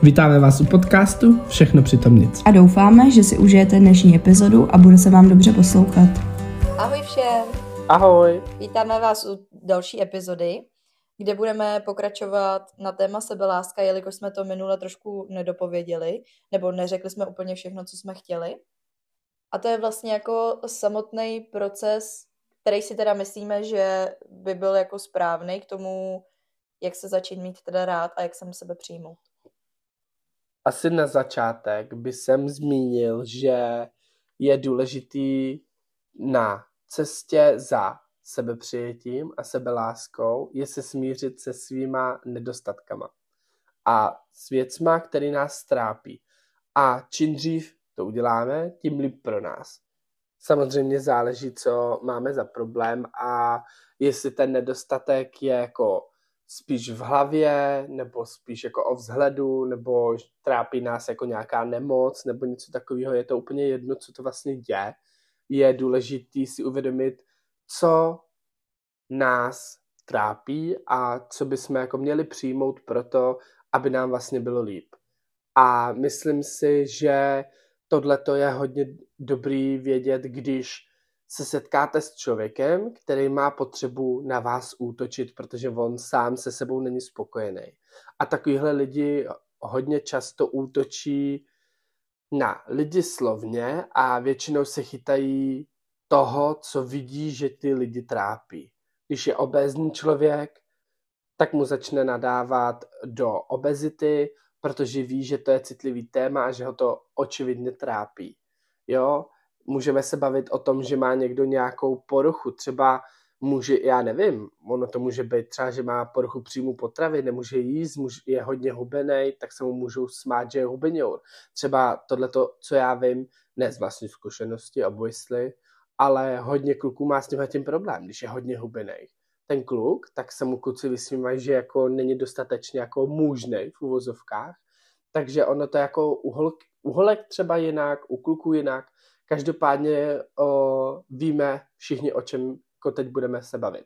Vítáme vás u podcastu Všechno přitom nic. A doufáme, že si užijete dnešní epizodu a bude se vám dobře poslouchat. Ahoj všem! Ahoj! Vítáme vás u další epizody, kde budeme pokračovat na téma sebeláska, jelikož jsme to minule trošku nedopověděli, nebo neřekli jsme úplně všechno, co jsme chtěli. A to je vlastně jako samotný proces, který si teda myslíme, že by byl jako správný k tomu, jak se začít mít teda rád a jak sám sebe přijmout. Asi na začátek by jsem zmínil, že je důležitý na cestě za sebepřijetím a sebeláskou je se smířit se svýma nedostatkama a s věcma, který nás trápí. A čím dřív to uděláme, tím líp pro nás. Samozřejmě záleží, co máme za problém a jestli ten nedostatek je jako spíš v hlavě, nebo spíš jako o vzhledu, nebo trápí nás jako nějaká nemoc, nebo něco takového, je to úplně jedno, co to vlastně je. Je důležité si uvědomit, co nás trápí a co bychom jako měli přijmout proto, aby nám vlastně bylo líp. A myslím si, že tohleto je hodně dobrý vědět, když se setkáte s člověkem, který má potřebu na vás útočit, protože on sám se sebou není spokojený. A takovýhle lidi hodně často útočí na lidi slovně a většinou se chytají toho, co vidí, že ty lidi trápí. Když je obézní člověk, tak mu začne nadávat do obezity, protože ví, že to je citlivý téma a že ho to očividně trápí. Jo? Můžeme se bavit o tom, že má někdo nějakou poruchu, třeba já nevím, ono to může být třeba, že má poruchu příjmu potravy, nemůže jíst, je hodně hubenej, tak se mu můžou smát, že je hubeňour. Třeba tohleto, co já vím, ne z vlastní zkušenosti, obviously, ale hodně kluků má s tím problém, když je hodně hubenej. Ten kluk, tak se mu kluci vysmívají, že jako není dostatečně jako mužnej v uvozovkách, takže ono to jako u holek třeba jinak, u kluků jinak. Každopádně víme všichni, o čem jako teď budeme se bavit.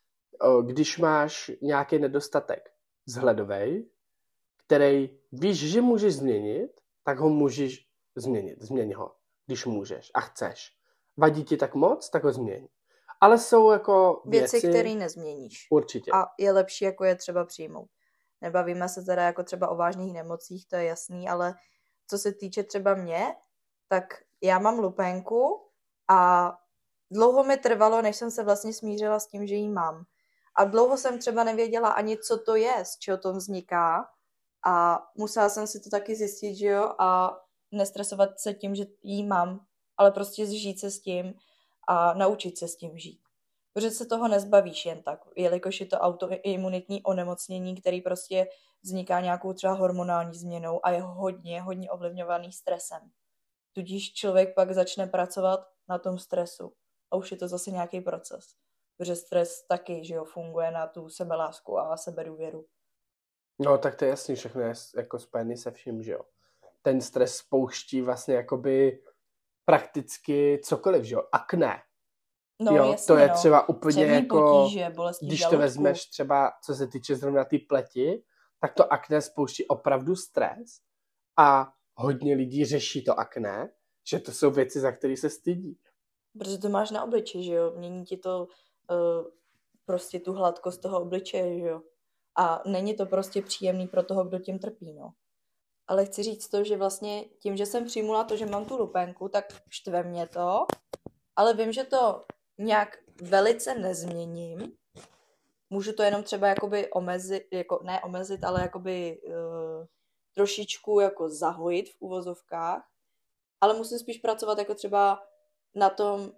Když máš nějaký nedostatek vzhledovej, který víš, že můžeš změnit, tak ho můžeš změnit. Změň ho, když můžeš a chceš. Vadí ti tak moc, tak ho změň. Ale jsou jako věci, které nezměníš. Určitě. A je lepší, jako je třeba přijmout. Nebavíme se teda jako třeba o vážných nemocích, to je jasný, ale co se týče třeba mě, tak já mám lupenku a dlouho mi trvalo, než jsem se vlastně smířila s tím, že ji mám. A dlouho jsem třeba nevěděla ani, co to je, z čeho to vzniká. A musela jsem si to taky zjistit, že jo, a nestresovat se tím, že ji mám, ale prostě žít se s tím a naučit se s tím žít. Protože se toho nezbavíš jen tak, jelikož je to autoimunitní onemocnění, který prostě vzniká nějakou třeba hormonální změnou a je hodně ovlivňovaný stresem. Tudíž člověk pak začne pracovat na tom stresu. A už je to zase nějaký proces. Protože stres taky, že jo, funguje na tu sebelásku a sebedůvěru. No tak to je jasný, všechno je jako spojený se vším, že jo. Ten stres spouští vlastně jakoby prakticky cokoliv, že jo. Akné. No jo, jasně, to je třeba úplně Střevní jako, potíže, když to vezmeš třeba, co se týče zrovna té pleti, tak to akné spouští opravdu stres a hodně lidí řeší to akné, že to jsou věci, za které se stydí. Protože to máš na obliči, že jo, mění ti to prostě tu hladkost toho obličeje, že jo. A není to prostě příjemný pro toho, kdo tím trpí, no. Ale chci říct to, že vlastně tím, že jsem přijmula to, že mám tu lupenku, tak štve mě to, ale vím, že to nějak velice nezměním. Můžu to jenom třeba jakoby omezit, jako ne omezit, ale jakoby trošičku jako zahojit v uvozovkách, ale musím spíš pracovat jako třeba na tom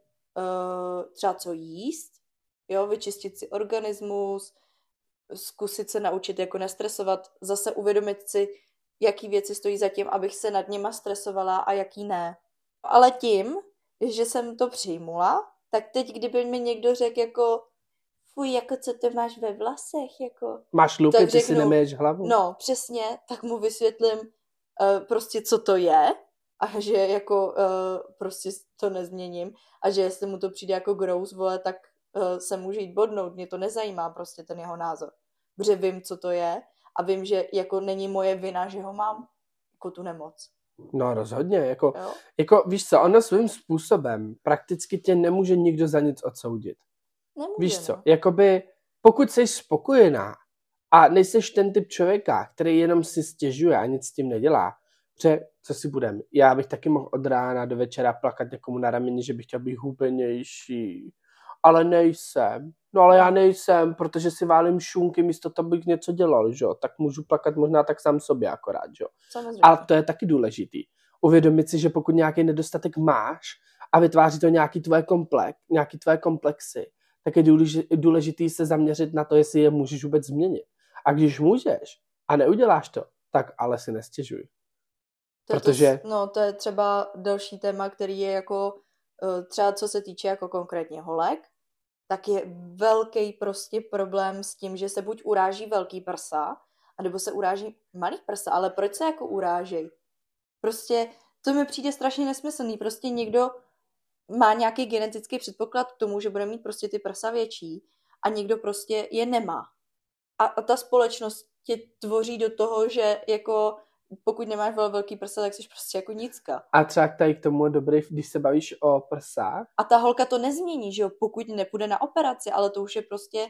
třeba co jíst, jo, vyčistit si organismus, zkusit se naučit jako nestresovat, zase uvědomit si, jaký věci stojí za tím, abych se nad nima stresovala a jaký ne. Ale tím, že jsem to přijmula, tak teď, kdyby mi někdo řekl jako fuj, jako co ty máš ve vlasech, jako... Máš lupy, ty si nemeješ hlavu. No, přesně, tak mu vysvětlím prostě, co to je a že jako prostě to nezměním a že jestli mu to přijde jako gross, vole, tak se může jít bodnout, mě to nezajímá prostě ten jeho názor. Protože vím, co to je a vím, že jako není moje vina, že ho mám, jako tu nemoc. No rozhodně, jako víš co, ono svým způsobem prakticky tě nemůže nikdo za nic odsoudit. Nemůže, Víš co, no. jakoby pokud jsi spokojená a nejseš ten typ člověka, který jenom si stěžuje a nic s tím nedělá, že co si budem, já bych taky mohl od rána do večera plakat někomu na rameni, že bych chtěl být hubenější, ale nejsem. No ale já nejsem, protože si válím šunky místo toho, bych něco dělal, že jo, tak můžu plakat možná tak sám sobě akorát, že jo. Samozřejmě. A to je taky důležitý. Uvědomit si, že pokud nějaký nedostatek máš a vytváří to nějaký tvoje komplexy, tak je důležitý se zaměřit na to, jestli je můžeš vůbec změnit. A když můžeš a neuděláš to, tak ale si nestěžuj. To je třeba další téma, který je jako třeba co se týče jako konkrétně holek, tak je velký prostě problém s tím, že se buď uráží velký prsa, anebo se uráží malý prsa, ale proč se jako urážej? Prostě to mi přijde strašně nesmyslný, prostě někdo má nějaký genetický předpoklad k tomu, že bude mít prostě ty prsa větší a někdo prostě je nemá. A ta společnost tě tvoří do toho, že jako pokud nemáš velký prsa, tak jsi prostě jako nicka. A třeba tady k tomu je dobrý, když se bavíš o prsách. A ta holka to nezmění, že jo, pokud nepůjde na operaci, ale to už je prostě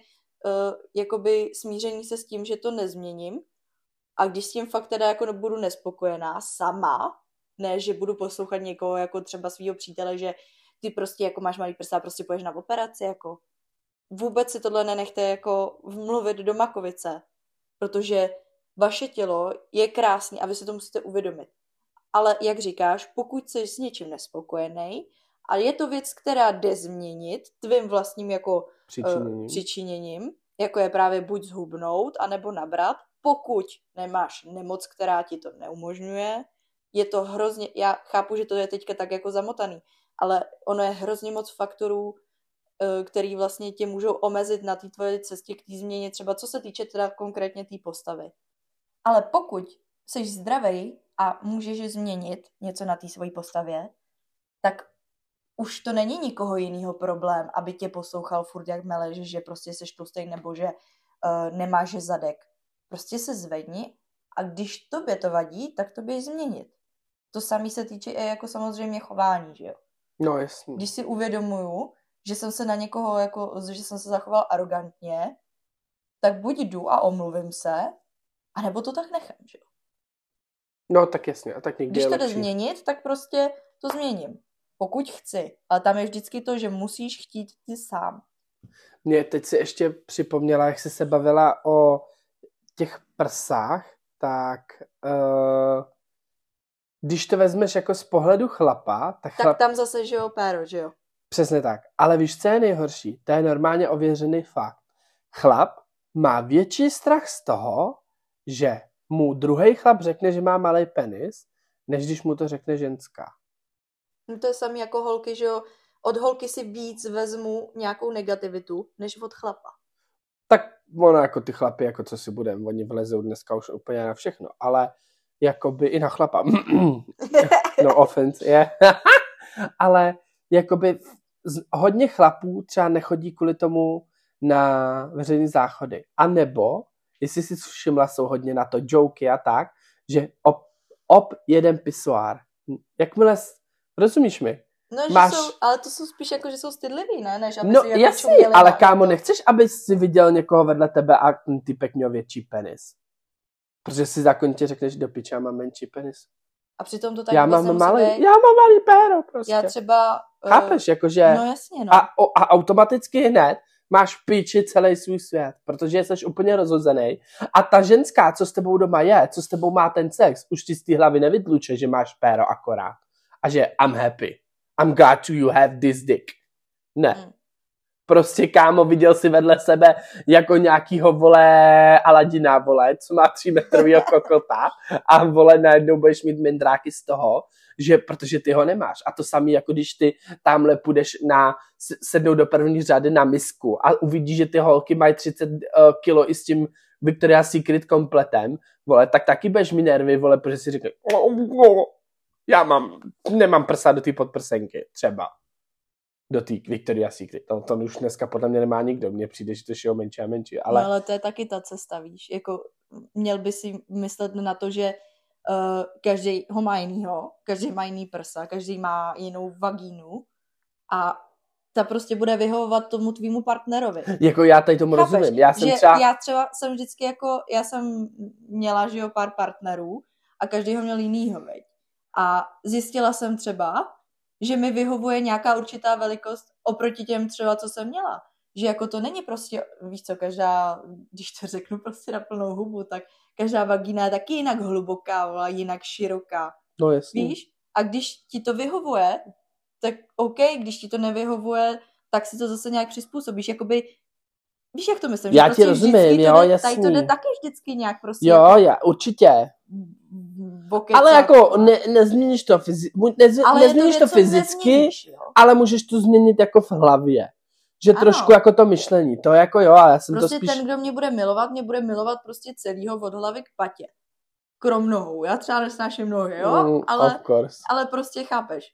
jakoby smíření se s tím, že to nezměním. A když s tím fakt teda jako budu nespokojená sama, ne, že budu poslouchat někoho jako třeba svýho přítele, že ty prostě jako máš malý prsa a prostě půjdeš na operaci, jako vůbec si tohle nenechte jako vmluvit do makovice, protože vaše tělo je krásné a vy si to musíte uvědomit. Ale jak říkáš, pokud jsi s něčím nespokojený a je to věc, která jde změnit tvým vlastním jako přičiněním, jako je právě buď zhubnout, anebo nabrat, pokud nemáš nemoc, která ti to neumožňuje, je to hrozně, já chápu, že to je teďka tak jako zamotaný, ale ono je hrozně moc faktorů, který vlastně tě můžou omezit na té tvoje cestě k té změně, třeba co se týče teda konkrétně té postavy. Ale pokud jsi zdravý a můžeš změnit něco na té své postavě, tak už to není nikoho jiného problém, aby tě poslouchal furt jak meleš, že prostě jsi tlustej nebo že nemáš zadek. Prostě se zvedni a když tobě to vadí, tak to běž změnit. To samé se týče i jako samozřejmě chování, že jo? No jasně. Když si uvědomuju, že jsem se na někoho, jako, že jsem se zachoval arrogantně, tak buď jdu a omluvím se, anebo to tak nechám, že jo? No tak jasně, a tak někdy když je to jde lepší změnit, tak prostě to změním. Pokud chci. Ale tam je vždycky to, že musíš chtít ty sám. Mě teď si ještě připomněla, jak jsi se bavila o těch prsách, tak když to vezmeš jako z pohledu chlapa, tak tam zase, že jo, péro, že jo? Přesně tak. Ale víš, co je nejhorší? To je normálně ověřený fakt. Chlap má větší strach z toho, že mu druhý chlap řekne, že má malý penis, než když mu to řekne ženská. No to je samý jako holky, že jo? Od holky si víc vezmu nějakou negativitu, než od chlapa. Tak ono jako ty chlapy, jako co si budem, oni vlezou dneska už úplně na všechno, ale jakoby i na chlapa. No offense, je. Ale jakoby hodně chlapů třeba nechodí kvůli tomu na veřejné záchody. A nebo, jestli si všimla, jsou hodně na to joky a tak, že jeden pisoár. Jakmile, rozumíš mi? No, máš... ale to jsou spíš jako, že jsou stydlivý, ne? Než aby no si jako jasně, ale kámo, nechceš, aby jsi viděl někoho vedle tebe a ten typek měl větší penis. Protože si zákonitě řekneš, do piče, já mám menší penis. A přitom to tak já mám malý péro prostě. Já třeba... Chápeš, jakože... No jasně, no. A automaticky hned máš v píči celý svůj svět, protože jsi úplně rozhozený. A ta ženská, co s tebou doma je, co s tebou má ten sex, už ti z té hlavy nevydluče, že máš péro akorát. A že I'm happy. I'm glad you have this dick. Ne. Prostě, kámo, viděl si vedle sebe jako nějakýho, vole, Aladina, vole, co má 3metrovýho kokota a, vole, najednou budeš mít mindráky z toho, že, protože ty ho nemáš. A to samé, jako když ty tamhle půjdeš sednout do první řady na misku a uvidíš, že ty holky mají 30 kilo i s tím Victoria's Secret kompletem, vole, tak taky budeš mít nervy, vole, protože si řekne, já nemám prsa do té podprsenky, třeba. do té Victoria's Secret. To už dneska podle mě nemá nikdo. Mně přijde, že to je menší a menší. Ale... No ale to je taky ta cesta, víš. Jako měl by si myslet na to, že každý ho má jinýho, každý má jiný prsa, každý má jinou vagínu a ta prostě bude vyhovovat tomu tvýmu partnerovi. Jako já tady tomu rozumím. Já třeba jsem vždycky jako, já jsem měla, že jo, pár partnerů a každý ho měl jinýho, veď. A zjistila jsem třeba, že mi vyhovuje nějaká určitá velikost oproti těm třeba, co jsem měla. Že jako to není prostě, víš co, každá, když to řeknu prostě na plnou hubu, tak každá vagína je taky jinak hluboká, jinak široká. No jasně. Víš? A když ti to vyhovuje, tak OK, když ti to nevyhovuje, tak si to zase nějak přizpůsobíš. Jakoby, víš, jak to myslím? Já že ti prostě rozumím, jo, tady jasný. to jde taky vždycky nějak prostě. Jo, já, určitě. Ale jako nezměníš to, nezměníš to fyzicky, ale můžeš to změnit jako v hlavě. Že ano. Trošku jako to myšlení. To jako jo, ale já jsem prostě to spíš... ten, kdo mě bude milovat prostě celýho od hlavy k patě. Krom nohou. Já třeba nesnáším nohy, jo? Ale prostě chápeš.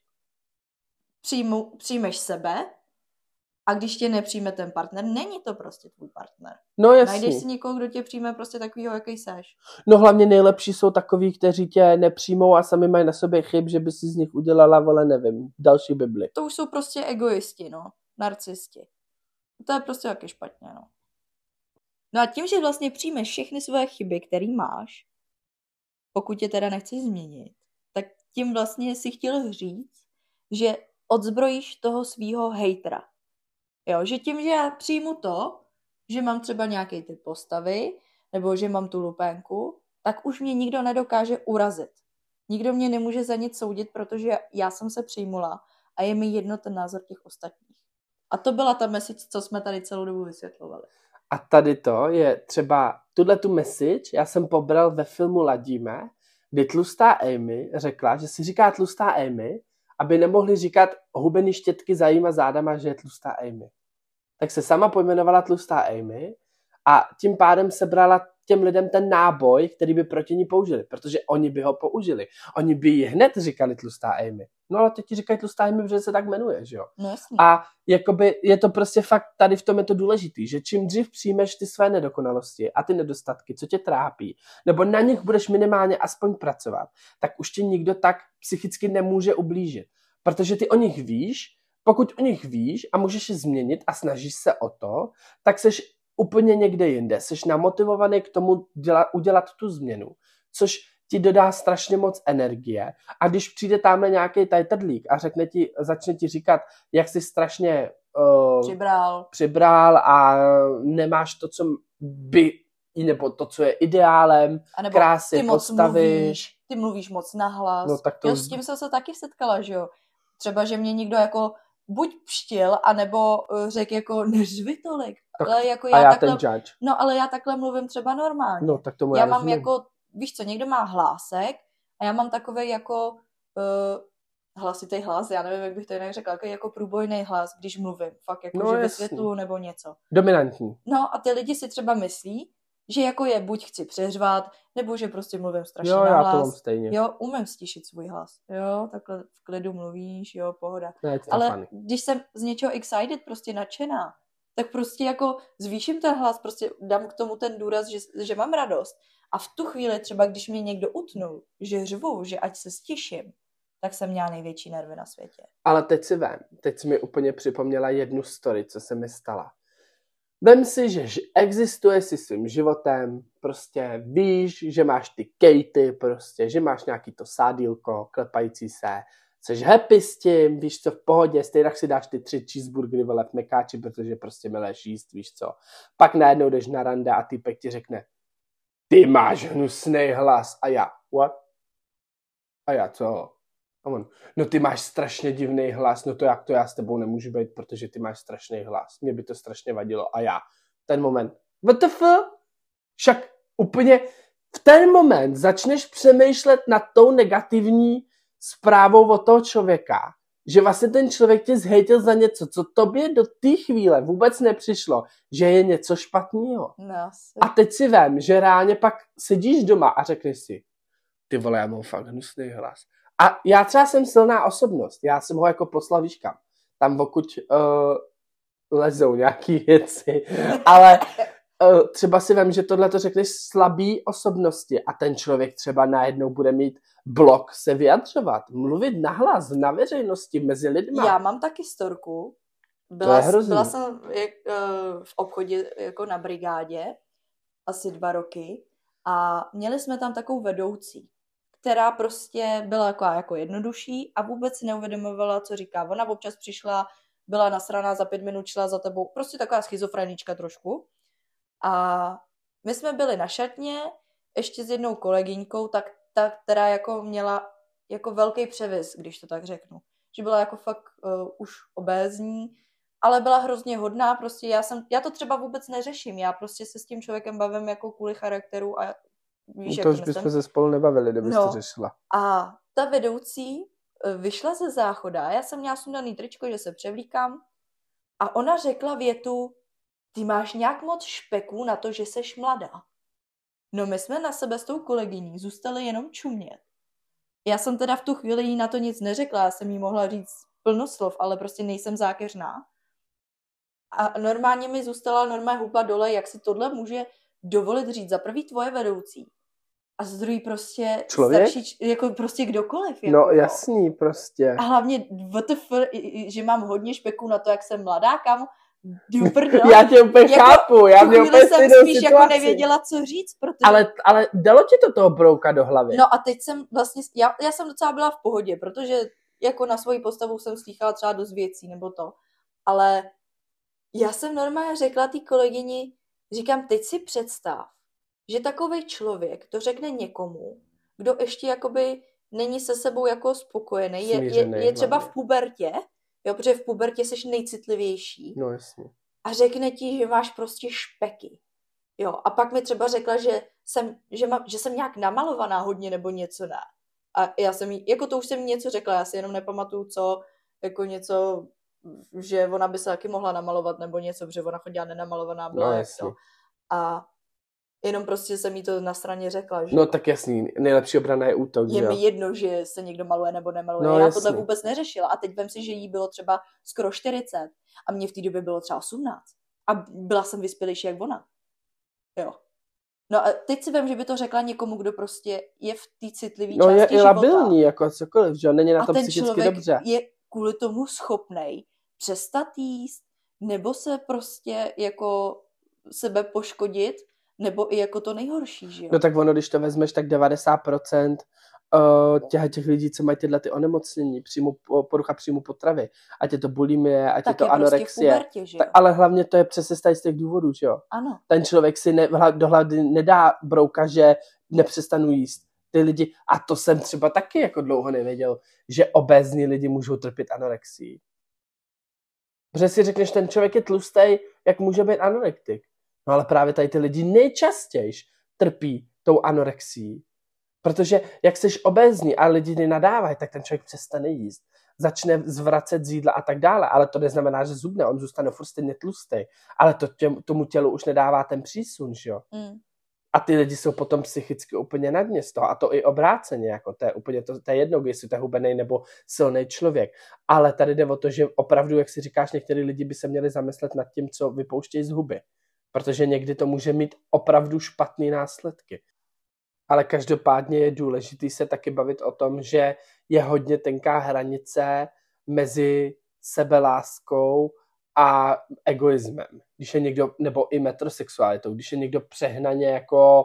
Přijmeš sebe a když tě nepřijme ten partner, není to prostě tvůj partner. No jasně. Najdeš si někoho, kdo tě přijme prostě takovýho, jaký seš. No hlavně nejlepší jsou takový, kteří tě nepřijmou a sami mají na sobě chyb, že by si z nich udělala, vole, nevím, další Bibli. To už jsou prostě egoisti, no. Narcisti. To je prostě taky špatně, no. No a tím, že vlastně přijmeš všechny svoje chyby, které máš, pokud tě teda nechceš změnit, tak tím vlastně si chtěl říct, že odzbrojíš toho svýho hejtera. Jo, že tím, že já přijmu to, že mám třeba nějaký typ postavy, nebo že mám tu lupénku, tak už mě nikdo nedokáže urazit. Nikdo mě nemůže za nic soudit, protože já jsem se přijmula a je mi jedno ten názor těch ostatních. A to byla ta message, co jsme tady celou dobu vysvětlovali. A tady to je třeba, tuhletu message já jsem pobral ve filmu Ladíme, kdy tlustá Amy řekla, že si říká tlustá Amy, aby nemohli říkat hubený štětky za jíma zádama, že je tlustá Amy. Tak se sama pojmenovala tlustá Amy a tím pádem sebrala těm lidem ten náboj, který by proti ní použili, protože oni by ho použili. Oni by jí hned říkali tlustá Amy. No ale teď ti říkají tlustá Amy, protože se tak jmenuje, že jo? No jasně. A jakoby je to prostě fakt, tady v tom je to důležitý, že čím dřív přijmeš ty své nedokonalosti a ty nedostatky, co tě trápí, nebo na nich budeš minimálně aspoň pracovat, tak už ti nikdo tak psychicky nemůže ublížit. Protože ty o nich víš, pokud o nich víš a můžeš je změnit a snažíš se o to, tak seš úplně někde jinde. Seš namotivovaný k tomu udělat tu změnu, což ti dodá strašně moc energie. A když přijde tamhle nějaký tajtrdlík a začne ti říkat, jak jsi strašně přibral a nemáš to, co by, nebo to, co je ideálem, krásy, postavy. Ty mluvíš moc nahlas. No, tak to... Jo, s tím jsem se taky setkala, že jo. Třeba, že mě někdo jako buď pštil, anebo řekl jako neřvi tolik. Tak, ale jako já takhle, ten judge. No, ale já takhle mluvím třeba normálně. No, tak tomu já mám jako, víš co, někdo má hlásek a já mám takovej jako hlasitý hlas, já nevím, jak bych to jinak řekla, jako průbojný hlas, když mluvím. Fakt jako, že vysvětluju nebo něco. Dominantní. No a ty lidi si třeba myslí, že jako je buď chci přeřvat, nebo že prostě mluvím strašně nahlas. Já to mám stejně. Jo, umím stišit svůj hlas. Jo, takhle v klidu mluvíš, jo, pohoda. No, ale když jsem z něčeho excited, prostě nadšená, tak prostě jako zvýším ten hlas, prostě dám k tomu ten důraz, že mám radost. A v tu chvíli třeba, když mě někdo utnul, že řvu, že ať se stiším, tak jsem měla největší nervy na světě. Ale teď jsi mi úplně připomněla jednu story, co se mi stala. Vem si, že existuje si svým životem, prostě víš, že máš ty kejty, prostě, že máš nějaký to sádílko, klepající se, jsi happy s tím, víš co, v pohodě, stejně si dáš ty 3 cheeseburgery vele v mekáči, protože prostě miluješ jíst, víš co. Pak najednou jdeš na rande a týpek ti řekne, ty máš hnusnej hlas. A já, what? A já, co? A on, no ty máš strašně divný hlas, no to jak to já s tebou nemůžu být, protože ty máš strašný hlas. Mě by to strašně vadilo. A já, ten moment, WTF? Však úplně v ten moment začneš přemýšlet nad tou negativní zprávou od toho člověka, že vlastně ten člověk tě zhejtil za něco, co tobě do té chvíle vůbec nepřišlo, že je něco špatného. No, a teď si vem, že reálně pak sedíš doma a řekneš si, ty vole, já mám fakt hnusný hlas. A já třeba jsem silná osobnost, já jsem ho jako poslal víš kam. tam pokud lezou nějaký věci, ale třeba si vem, že tohle to řekneš slabý osobnosti a ten člověk třeba najednou bude mít blok se vyjadřovat, mluvit nahlas, na veřejnosti, mezi lidma. Já mám taky storku. Byla jsem v obchodě jako na brigádě asi 2 roky a měli jsme tam takovou vedoucí, která prostě byla jako jednodušší a vůbec si neuvědomovala, co říká. Ona občas přišla, byla nasraná, za 5 minut šla za tebou, prostě taková schizofrenička trošku. A my jsme byli na šatně, ještě s jednou kolegyňkou, tak ta, která jako měla jako velký převis, když to tak řeknu. Že byla jako fakt už obézní, ale byla hrozně hodná, prostě já to třeba vůbec neřeším, já prostě se s tím člověkem bavím jako kvůli charakteru a víš, to už bychom se spolu nebavili, kdybys to řešila. A ta vedoucí vyšla ze záchoda, já jsem měla sundaný tričko, že se převlíkám a ona řekla větu: ty máš nějak moc špeků na to, že seš mladá. No my jsme na sebe s tou kolegyní zůstali jenom čumět. Já jsem teda v tu chvíli jí na to nic neřekla, já jsem jí mohla říct plno slov, ale prostě nejsem zákeřná. A normálně mi zůstala hůba dole, jak si tohle může dovolit říct. Za prvý tvoje vedoucí. A za druhý prostě člověk? Starší, jako prostě kdokoliv. Jako, no jasný prostě. A hlavně WTF, že mám hodně špeků na to, jak jsem mladá, kámo. Já tě úplně chápu. Já mě úplně jsem spíš jako nevěděla, co říct. Protože... Ale dalo ti to toho brouka do hlavy. No a teď jsem vlastně, já jsem docela byla v pohodě, protože jako na svoji postavu jsem slýchala třeba dost věcí nebo to. Ale já jsem normálně řekla té kolegyni, říkám, teď si představ, že takovej člověk to řekne někomu, kdo ještě jakoby není se sebou jako spokojený, je třeba v pubertě, jo, protože v pubertě jsi nejcitlivější. No jasně. A řekne ti, že máš prostě špeky. Jo, a pak mi třeba řekla, že jsem nějak namalovaná hodně nebo něco, ne. A já jsem jí, jako to už jsem něco řekla, já si jenom nepamatuju, co, jako něco, že ona by se taky mohla namalovat nebo něco, protože ona chodila nenamalovaná, byla no, jak to. A jenom prostě jsem jí to na straně řekla, že... No tak jasný, nejlepší obrana je útok, je mi jedno, že se někdo maluje nebo nemaluje. No, já jasný. tohle vůbec neřešila. A teď vem si, že jí bylo třeba skoro 40 a mně v té době bylo třeba 18. A byla jsem vyspělejší jak ona. Jo. No a teď si vem, že by to řekla někomu, kdo prostě je v té citlivé části života. No je labilní, jako cokoliv, že není na tom psychicky dobře. A ten člověk je kvůli tomu schopnej přestat jíst, nebo se prostě jako sebe poškodit, nebo i jako to nejhorší, že jo? No tak ono, když to vezmeš, tak 90% těch lidí, co mají tyhle ty onemocnění, porucha příjmu potravy, ať je to bulimie, ať tak je to anorexie, prostě v pubertě, že jo? Tak, ale hlavně to je přesně z těch důvodů, že jo? Ano. Ten člověk si do hlavy nedá brouka, že nepřestanu jíst. Ty lidi, a to jsem třeba taky jako dlouho nevěděl, že obézní lidi můžou trpět anorexii. Protože si řekneš, ten člověk je tlustý, jak může být anorektik. No ale právě tady ty lidi nejčastěji trpí tou anorexií. Protože jak jsi obézní a lidi nenadávají, tak ten člověk přestane jíst. Začne zvracet z jídla a tak dále. Ale to neznamená, že zubne, on zůstane furt stejně tlustý. Ale to tomu tělu už nedává ten přísun, že jo? Mm. A ty lidi jsou potom psychicky úplně na dně z toho. A to i obráceně. Jako to je úplně to je jedno, jestli to je hubený nebo silný člověk. Ale tady jde o to, že opravdu, jak si říkáš, některý lidi by se měli zamyslet nad tím, co vypouštějí z huby. Protože někdy to může mít opravdu špatné následky. Ale každopádně je důležité se taky bavit o tom, že je hodně tenká hranice mezi sebeláskou a egoismem. Když je někdo, nebo i metrosexualitou, když je někdo přehnaně jako...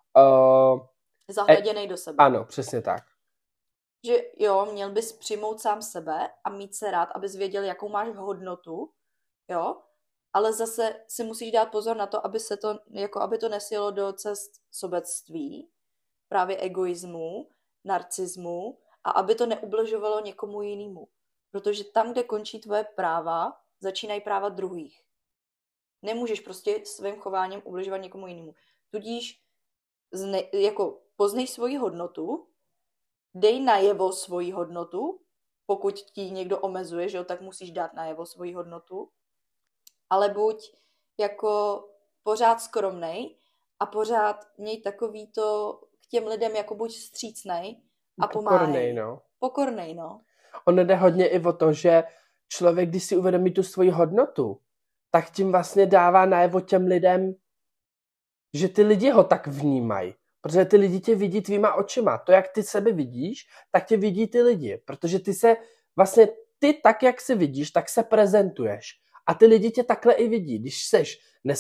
zahleděnej do sebe. Ano, přesně tak. Že jo, měl bys přijmout sám sebe a mít se rád, abys věděl, jakou máš hodnotu, jo, ale zase si musíš dát pozor na to, aby to nesjelo do cest sobectví, právě egoismu, narcismu a aby to neubližovalo někomu jinému. Protože tam, kde končí tvoje práva, začínají práva druhých. Nemůžeš prostě svým chováním ubližovat někomu jinému. Tudíž jako poznej svoji hodnotu, dej najevo svoji hodnotu, pokud ti někdo omezuje, že jo, tak musíš dát najevo svoji hodnotu, ale buď jako pořád skromnej a pořád měj takový to k těm lidem jako buď vstřícnej a pomáhej. No. Pokornej, no. On jde hodně i o to, že člověk, když si uvědomí tu svoji hodnotu, tak tím vlastně dává najevo těm lidem, že ty lidi ho tak vnímají. Protože ty lidi tě vidí tvýma očima. To, jak ty sebe vidíš, tak tě vidí ty lidi. Protože ty tak, jak se vidíš, tak se prezentuješ. A ty lidi tě takhle i vidí. Když seš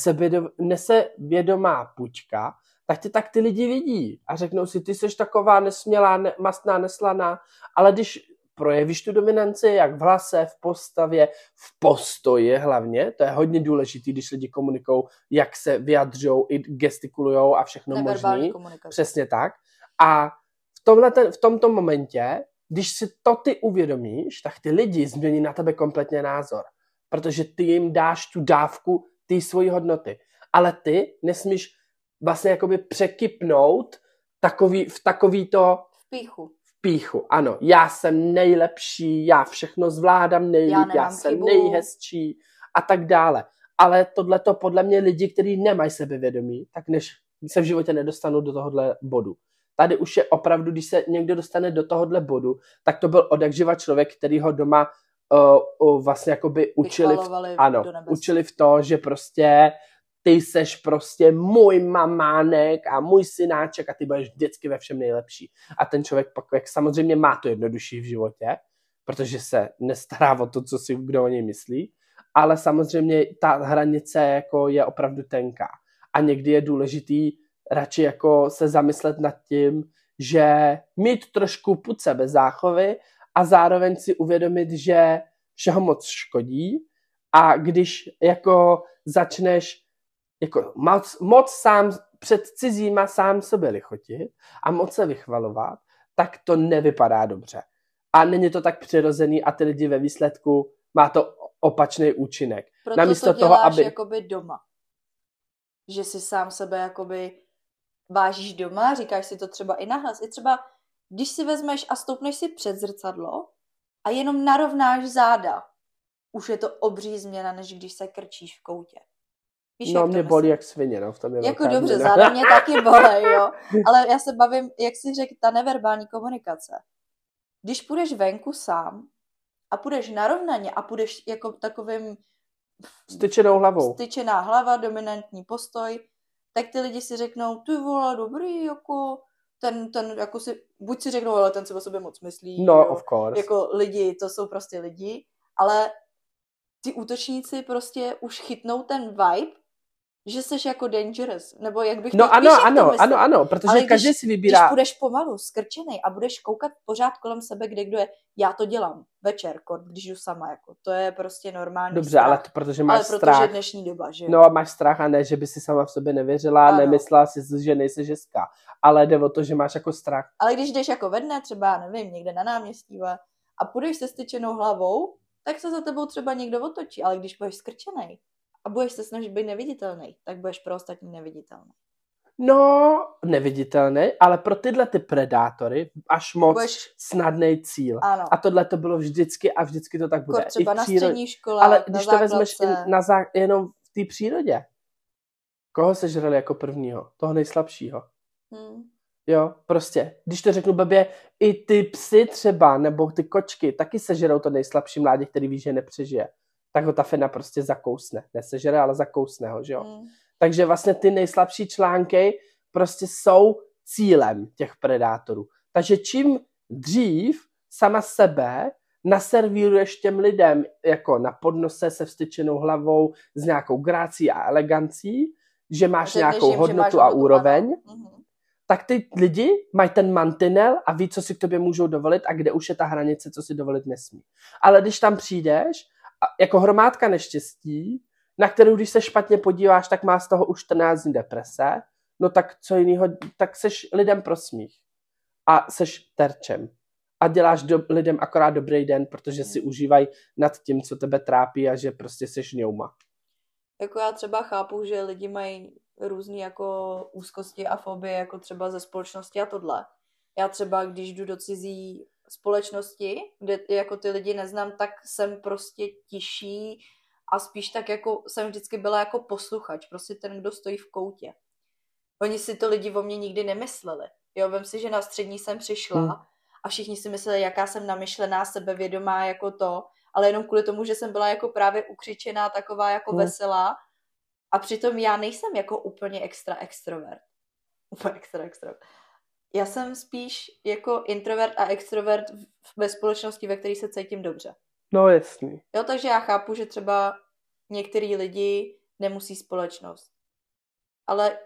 nesevědomá puťka, tak ty lidi vidí. A řeknou si, ty seš taková nesmělá, mastná, neslaná. Ale když projevíš tu dominanci, jak v hlase, v postavě, v postoji hlavně, to je hodně důležitý, když lidi komunikují, jak se vyjadřují, i gestikulujou a všechno možný. Přesně tak. A v tomto momentě, když si to ty uvědomíš, tak ty lidi změní na tebe kompletně názor. Protože ty jim dáš tu dávku té svojí hodnoty. Ale ty nesmíš vlastně jakoby překypnout v takovýto píchu, ano. Já jsem nejlepší, já všechno zvládám nejlíp, já jsem nejhezčí a tak dále. Ale tohleto podle mě lidi, kteří nemají sebevědomí, tak než se v životě nedostanou do tohohle bodu. Tady už je opravdu, když se někdo dostane do tohohle bodu, tak to byl odjakživa člověk, který ho doma vlastně jakoby učili v to, že prostě ty seš prostě můj mamánek a můj synáček a ty budeš vždycky ve všem nejlepší. A ten člověk pak samozřejmě má to jednodušší v životě, protože se nestará o to, co si kdo o něj myslí, ale samozřejmě ta hranice jako je opravdu tenká. A někdy je důležitý radši jako se zamyslet nad tím, že mít trošku pud sebe záchovy a zároveň si uvědomit, že všeho moc škodí a když jako začneš jako moc sám před cizíma sám sobě lichotit a moc se vychvalovat, tak to nevypadá dobře. A není to tak přirozený a ty lidi ve výsledku má to opačný účinek. Proto namísto to děláš jakoby doma. Že si sám sebe jakoby vážíš doma, říkáš si to třeba i nahlas. I třeba, když si vezmeš a stoupneš si před zrcadlo a jenom narovnáš záda, už je to obří změna, než když se krčíš v koutě. Víš, no, mě bolí jak svině, no, v tom je jako dobře, záda mě taky bolej, jo. Ale já se bavím, jak jsi řekl, ta neverbální komunikace. Když půjdeš venku sám a půjdeš narovnaně a půjdeš jako takovým styčenou hlavou. Styčená hlava, dominantní postoj, tak ty lidi si řeknou, ty vole, dobrý, jako ten jako si, buď si řeknou, ale ten si o sobě moc myslí. No, jo, of course. Jako lidi, to jsou prostě lidi, ale ty útočníci prostě už chytnou ten vibe, že jsi jako dangerous, nebo jak bych to... No ano, protože ale každý si vybírá... Když půjdeš pomalu, skrčenej a budeš koukat pořád kolem sebe, kde kdo je, já to dělám večer, když jdu sama, jako, to je prostě normální dobře, strach. ale protože máš strach. Ale protože dnešní doba, že jo? No, máš strach a ne, že by si sama v sobě nevěřila, ano. Nemyslela si, že nejsi ženská, ale jde o to, že máš jako strach. Ale když jdeš jako ve dne, třeba, nevím, někde na náměstí a půjdeš se styčenou hlavou, tak se za tebou třeba někdo otočí, ale když budeš skrčenej a budeš se snažit být neviditelný, tak budeš pro ostatní neviditelný. No, neviditelný, ale pro tyhle ty predátory až moc snadný cíl. Ano. A tohle to bylo vždycky a vždycky to tak bude. Třeba na střední škole, ale když to vezmeš jenom v té přírodě, koho sežrali jako prvního? Toho nejslabšího. Jo, prostě, když to řeknu blbě, i ty psy třeba, nebo ty kočky, taky sežerou to nejslabší mládě, který ví, že nepřežije. Tak ho ta fena prostě zakousne. Nesežere, ale zakousne ho, že jo. Takže vlastně ty nejslabší články prostě jsou cílem těch predátorů. Takže čím dřív sama sebe naservíruješ těm lidem jako na podnose se vstyčenou hlavou s nějakou grácí a elegancí, že máš nějakou hodnotu a úroveň, tak ty lidi mají ten mantinel a ví, co si k tobě můžou dovolit a kde už je ta hranice, co si dovolit nesmí. Ale když tam přijdeš, jako hromádka neštěstí, na kterou, když se špatně podíváš, tak má z toho už 14 dní deprese, no tak co jiného, tak seš lidem prosmích a seš terčem. A děláš lidem akorát dobrý den, protože si užívají nad tím, co tebe trápí a že prostě seš ňouma. Jako já třeba chápu, že lidi mají různý jako úzkosti a fobie, jako třeba ze společnosti a tohle. Já třeba, když jdu do cizí společnosti, kde jako ty lidi neznám, tak jsem prostě tiší a spíš tak jako jsem vždycky byla jako posluchač, prostě ten, kdo stojí v koutě. Oni si to lidi o mě nikdy nemysleli. Jo, vem si, že na střední jsem přišla a všichni si mysleli, jaká jsem namyšlená, sebevědomá jako to ale jenom kvůli tomu, že jsem byla jako právě ukřičená, taková jako veselá. A přitom já nejsem jako úplně extra extrovert. Úplně extra extrovert. Já jsem spíš jako introvert a extrovert ve společnosti, ve které se cítím dobře. No jasný. Jo, takže já chápu, že třeba některý lidi nemusí společnost. Ale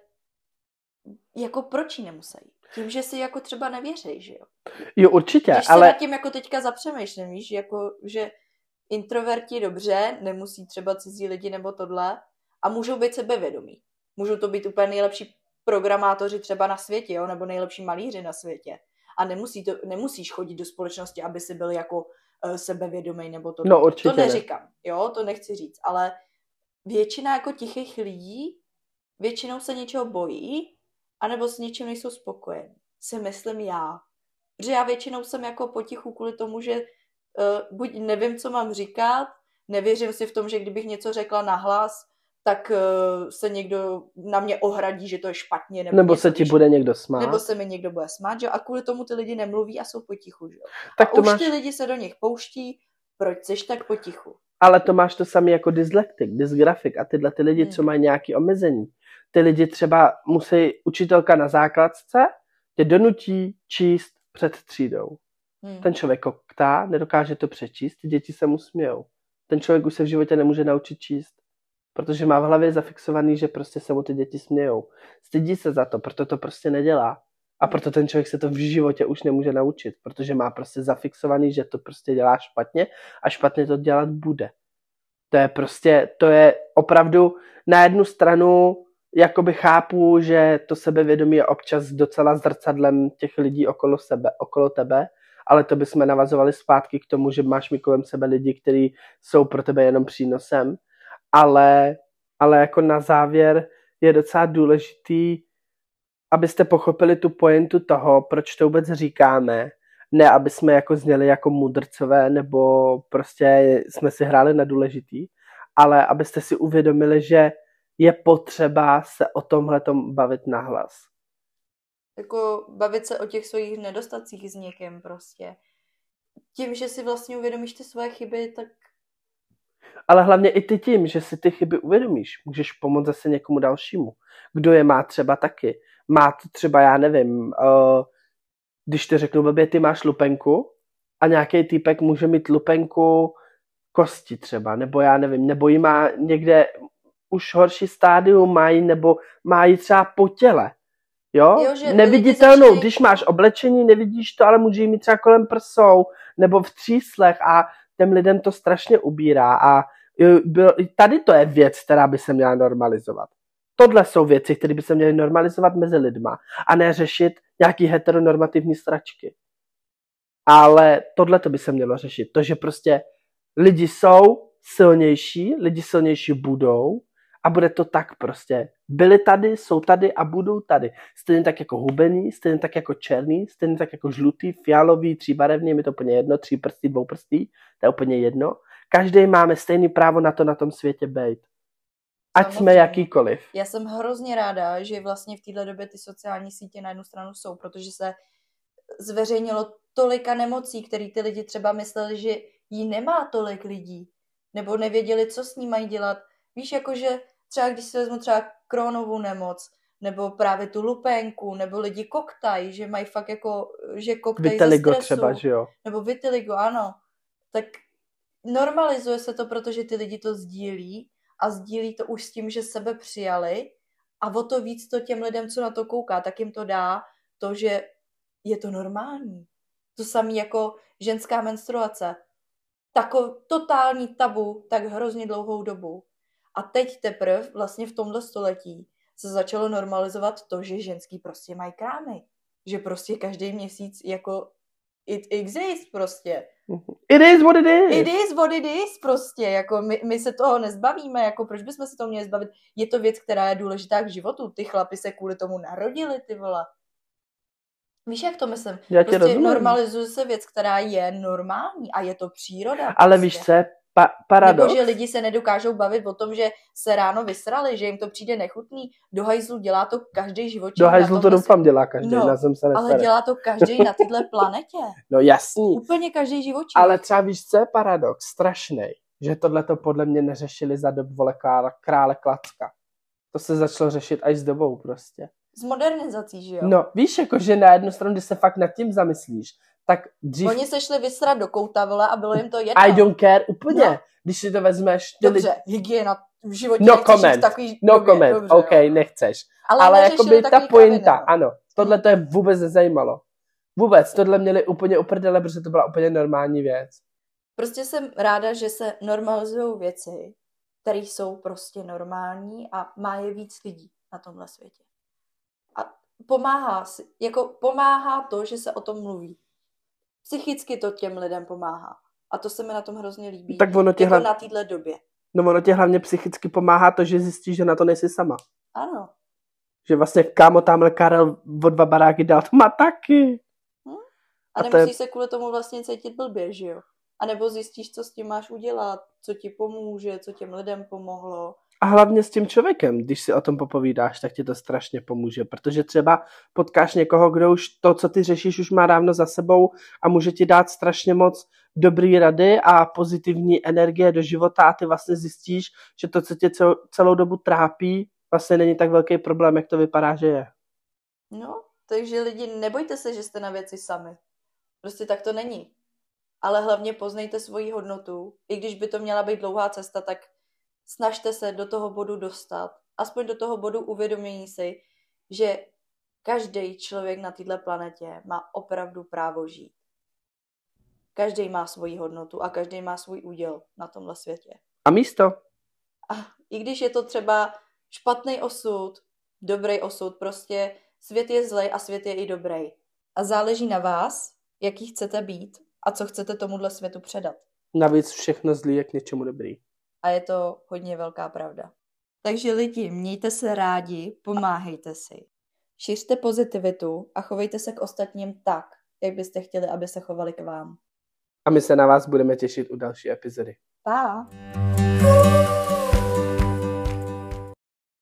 jako proč ji nemusí? Tím, že si jako třeba nevěří, že jo? Jo, určitě, Když ale... se nad tím jako teďka zapřemýšlím, víš, jako, že introverti dobře, nemusí třeba cizí lidi nebo tohle a můžou být sebevědomí. Můžou to být úplně nejlepší programátoři třeba na světě, jo, nebo nejlepší malíři na světě. A nemusíš chodit do společnosti, aby si byl jako sebevědomý nebo to. No, určitě to neříkám, jo, to nechci říct, ale většina jako tichých lidí většinou se něčeho bojí, anebo s něčím nejsou spokojení. Si myslím já. Protože já většinou jsem jako potichu kvůli tomu, že buď nevím, co mám říkat, nevěřím si v tom, že kdybych něco řekla nahlas, tak se někdo na mě ohradí, že to je špatně. Nebo se ti bude někdo smát. Nebo se mi někdo bude smát, že? A kvůli tomu ty lidi nemluví a jsou potichu, že? Tak a to už máš... ty lidi se do nich pouští, proč seš tak potichu? Ale to máš to samé jako dyslektik, dysgrafik a tyhle ty lidi, co mají nějaké omezení. Ty lidi třeba musí, učitelka na základce tě donutí číst před třídou. Ten člověk koktá, nedokáže to přečíst, ty děti se mu smějou. Ten člověk už se v životě nemůže naučit číst, protože má v hlavě zafixovaný, že prostě se mu ty děti smějou. Stydí se za to, proto to prostě nedělá. A proto ten člověk se to v životě už nemůže naučit, protože má prostě zafixovaný, že to prostě dělá špatně a špatně to dělat bude. To je opravdu na jednu stranu, jakoby chápu, že to sebevědomí je občas docela zrcadlem těch lidí okolo tebe, ale to bychom navazovali zpátky k tomu, že máš mi kolem sebe lidi, kteří jsou pro tebe jenom přínosem, ale jako na závěr je docela důležitý, abyste pochopili tu pointu toho, proč to vůbec říkáme, ne aby jsme jako zněli jako mudrcové, nebo prostě jsme si hráli na důležitý, ale abyste si uvědomili, že je potřeba se o tomhletom bavit nahlas. Jako bavit se o těch svých nedostacích s někým prostě. Tím, že si vlastně uvědomíš ty svoje chyby, tak... Ale hlavně i ty tím, že si ty chyby uvědomíš, můžeš pomoct zase někomu dalšímu. Kdo je má třeba taky. Má to třeba, já nevím, když to řeknu blbě, ty máš lupenku a nějaký týpek může mít lupenku kosti třeba, nebo já nevím, nebo jí má někde už horší stádium mají, nebo mají třeba po těle. Jo neviditelnou, když máš oblečení, nevidíš to, ale může jí mít třeba kolem prsou, nebo v tříslech a těm lidem to strašně ubírá a tady to je věc, která by se měla normalizovat. Tohle jsou věci, které by se měly normalizovat mezi lidma a ne řešit nějaký heteronormativní sračky. Ale tohle to by se mělo řešit. To, že prostě lidi jsou silnější, lidi silnější budou a bude to tak prostě. Byli tady, jsou tady a budou tady. Stejně tak jako hubený, stejně tak jako černý, stejně tak jako žlutý, fialový, tříbarevný, mi to úplně jedno, tříprstý, dvouprstý, to je úplně jedno. Každý máme stejný právo na to na tom světě být. Ať jsme jakýkoliv. Já jsem hrozně ráda, že vlastně v této době ty sociální sítě na jednu stranu jsou, protože se zveřejnilo tolika nemocí, které ty lidi třeba mysleli, že jí nemá tolik lidí, nebo nevěděli, co s ní mají dělat. Víš, jakože třeba když si vezmu třeba Crohnovou nemoc, nebo právě tu lupenku, nebo lidi koktají, že mají fakt jako, že koktají ze stresu. Třeba, že jo? Nebo vitiligo, ano. Tak normalizuje se to, protože ty lidi to sdílí a sdílí to už s tím, že sebe přijali a o to víc to těm lidem, co na to kouká, tak jim to dá to, že je to normální. To samé jako ženská menstruace. Takový totální tabu tak hrozně dlouhou dobu. A teď teprve vlastně v tomhle století se začalo normalizovat to, že ženský prostě mají krámy. Že prostě každý měsíc jako it exists prostě. It is what it is. It is what it is prostě. Jako my se toho nezbavíme. Jako proč bychom se toho měli zbavit? Je to věc, která je důležitá k životu. Ty chlapi se kvůli tomu narodili, ty vole. Víš, jak to myslím? Já tě rozumím. Normalizuje se věc, která je normální a je to příroda. Ale prostě. víš co, paradox. Nebo že lidi se nedokážou bavit o tom, že se ráno vysrali, že jim to přijde nechutný. Do hajzlu dělá to každý živočich. Do hajzlu to doufám dělá každý, no, na zem se nesere. ale dělá to každý na téhle planetě. No jasný. Úplně každý živočich. Ale třeba víš, co je paradox? Strašnej. Že tohleto podle mě neřešili za dob vole krále Klacka. To se začalo řešit až s dobou prostě. S modernizací, že jo? No, víš, jako, že na jednu stranu, když se fakt nad tím zamyslíš, tak dřív... Oni se šli vysrat do kouta, vole, a bylo jim to jedno. I don't care úplně. No. Když si to vezmeš... Dobře, hygiena v životě No nechceš comment, žít v takový no době, comment, dobře, OK, jo. nechceš. Ale Ale neřešili jakoby ta takový pointa, kraviny, no. ano, tohle to je vůbec nezajímalo. Vůbec, tohle měli úplně uprdele, protože to byla úplně normální věc. Prostě jsem ráda, že se normalizují věci, které jsou prostě normální a má je víc lidí na tomhle světě. A pomáhá to, že se o tom mluví. Psychicky to těm lidem pomáhá. A to se mi na tom hrozně líbí. Tak ono tě, jako na téhle době. no ono tě hlavně psychicky pomáhá to, že zjistíš, že na to nejsi sama. Ano. Že vlastně kámo tamhle Karel o 2 baráky dál, to má taky. A nemusíš se kvůli tomu vlastně cítit blbě, že jo? A nebo zjistíš, co s tím máš udělat, co ti pomůže, co těm lidem pomohlo. A hlavně s tím člověkem, když si o tom popovídáš, tak ti to strašně pomůže, protože třeba potkáš někoho, kdo už to, co ty řešíš, už má dávno za sebou a může ti dát strašně moc dobrý rady a pozitivní energie do života a ty vlastně zjistíš, že to, co tě celou dobu trápí, vlastně není tak velký problém, jak to vypadá, že je. No, takže lidi, nebojte se, že jste na věci sami. Prostě tak to není. Ale hlavně poznejte svoji hodnotu. I když by to měla být dlouhá cesta, tak snažte se do toho bodu dostat. Aspoň do toho bodu uvědomění si, že každý člověk na této planetě má opravdu právo žít. Každý má svoji hodnotu a každý má svůj úděl na tomhle světě. A místo? A i když je to třeba špatný osud, dobrý osud, prostě svět je zlej a svět je i dobrý. A záleží na vás, jaký chcete být a co chcete tomuhle světu předat. Navíc všechno zlý je k něčemu dobrý. A je to hodně velká pravda. Takže lidi, mějte se rádi, pomáhejte si. Šiřte pozitivitu a chovejte se k ostatním tak, jak byste chtěli, aby se chovali k vám. A my se na vás budeme těšit u další epizody. Pa!